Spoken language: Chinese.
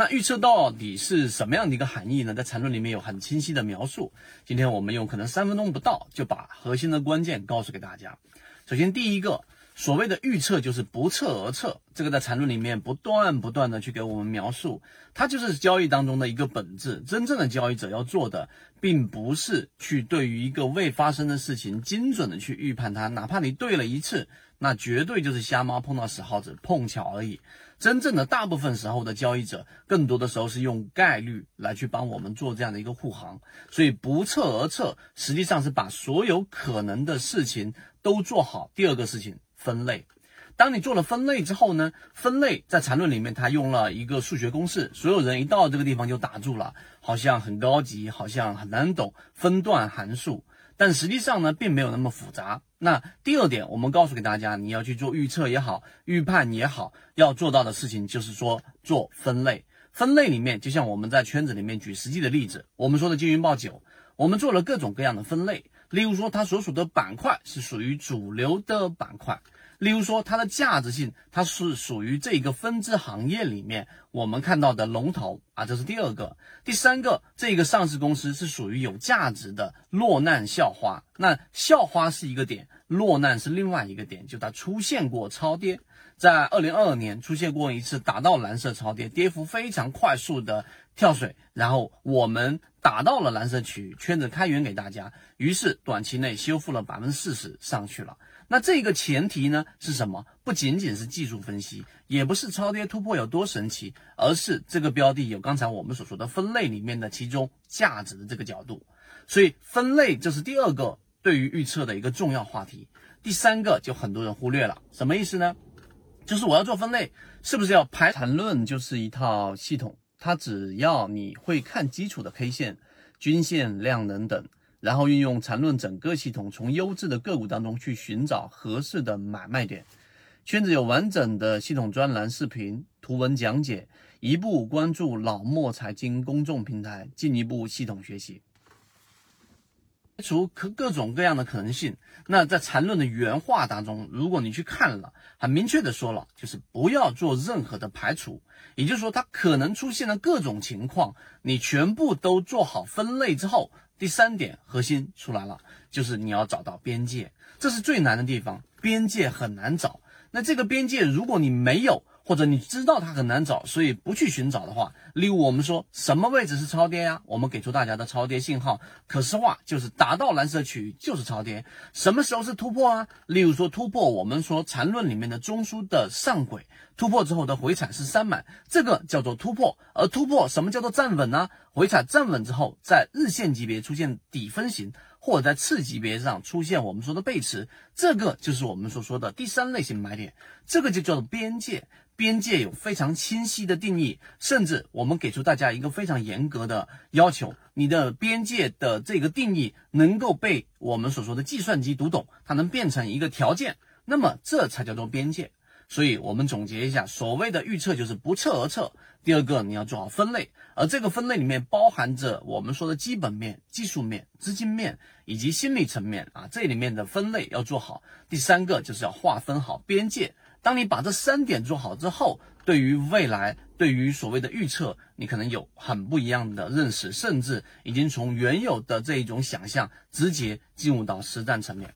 那预测到底是什么样的一个含义呢？在缠论里面有很清晰的描述。今天我们用可能3分钟不到就把核心的关键告诉给大家。首先第一个，所谓的预测就是不测而测，这个在缠论里面不断的去给我们描述，它就是交易当中的一个本质。真正的交易者要做的，并不是去对于一个未发生的事情精准的去预判它，哪怕你对了一次，那绝对就是瞎猫碰到死耗子，碰巧而已。真正的大部分时候的交易者，更多的时候是用概率来去帮我们做这样的一个护航，所以不测而测，实际上是把所有可能的事情都做好。第二个事情，分类。当你做了分类之后呢，分类在缠论里面它用了一个数学公式，所有人一到这个地方就打住了，好像很高级，好像很难懂，分段函数。但实际上呢，并没有那么复杂。那第二点，我们告诉给大家，你要去做预测也好，预判也好，要做到的事情就是说做分类。分类里面，就像我们在圈子里面举实际的例子，我们说的金云豹9，我们做了各种各样的分类。例如说，它所属的板块是属于主流的板块。例如说它的价值性，它是属于这个分支行业里面我们看到的龙头啊，这是第二个。第三个，这个上市公司是属于有价值的落难校花。那校花是一个点，落难是另外一个点，就它出现过超跌，在2022年出现过一次打到蓝色超跌，跌幅非常快速的跳水，然后我们打到了蓝色区域，圈子开源给大家，于是短期内修复了40%上去了。那这个前提呢是什么？不仅仅是技术分析，也不是超跌突破有多神奇，而是这个标的有刚才我们所说的分类里面的其中价值的这个角度。所以分类这是第二个对于预测的一个重要话题。第三个就很多人忽略了，什么意思呢？就是我要做分类，是不是要排？缠论就是一套系统，它只要你会看基础的 K 线、均线、量能等，然后运用缠论整个系统，从优质的个股当中去寻找合适的买卖点。圈子有完整的系统专栏、视频、图文讲解，一步关注老墨财经公众平台，进一步系统学习。除各种各样的可能性，那在缠论的原话当中，如果你去看了，很明确的说了，就是不要做任何的排除，也就是说它可能出现的各种情况，你全部都做好分类之后，第三点核心出来了，就是你要找到边界，这是最难的地方，边界很难找。那这个边界如果你没有，或者你知道它很难找，所以不去寻找的话，例如我们说什么位置是超跌呀？我们给出大家的超跌信号，可视化就是打到蓝色区域就是超跌。什么时候是突破啊？例如说突破，我们说缠论里面的中枢的上轨，突破之后的回踩是三满，这个叫做突破。而突破什么叫做站稳呢？回踩站稳之后，在日线级别出现底分型，或者在次级别上出现我们说的背驰，这个就是我们所说的第三类型买点，这个就叫做边界。边界有非常清晰的定义，甚至我们给出大家一个非常严格的要求，你的边界的这个定义能够被我们所说的计算机读懂，它能变成一个条件，那么这才叫做边界。所以我们总结一下，所谓的预测就是不测而测。第二个，你要做好分类，而这个分类里面包含着我们说的基本面、技术面、资金面以及心理层面啊，这里面的分类要做好。第三个就是要划分好边界。当你把这3点做好之后，对于未来，对于所谓的预测，你可能有很不一样的认识，甚至已经从原有的这一种想象直接进入到实战层面。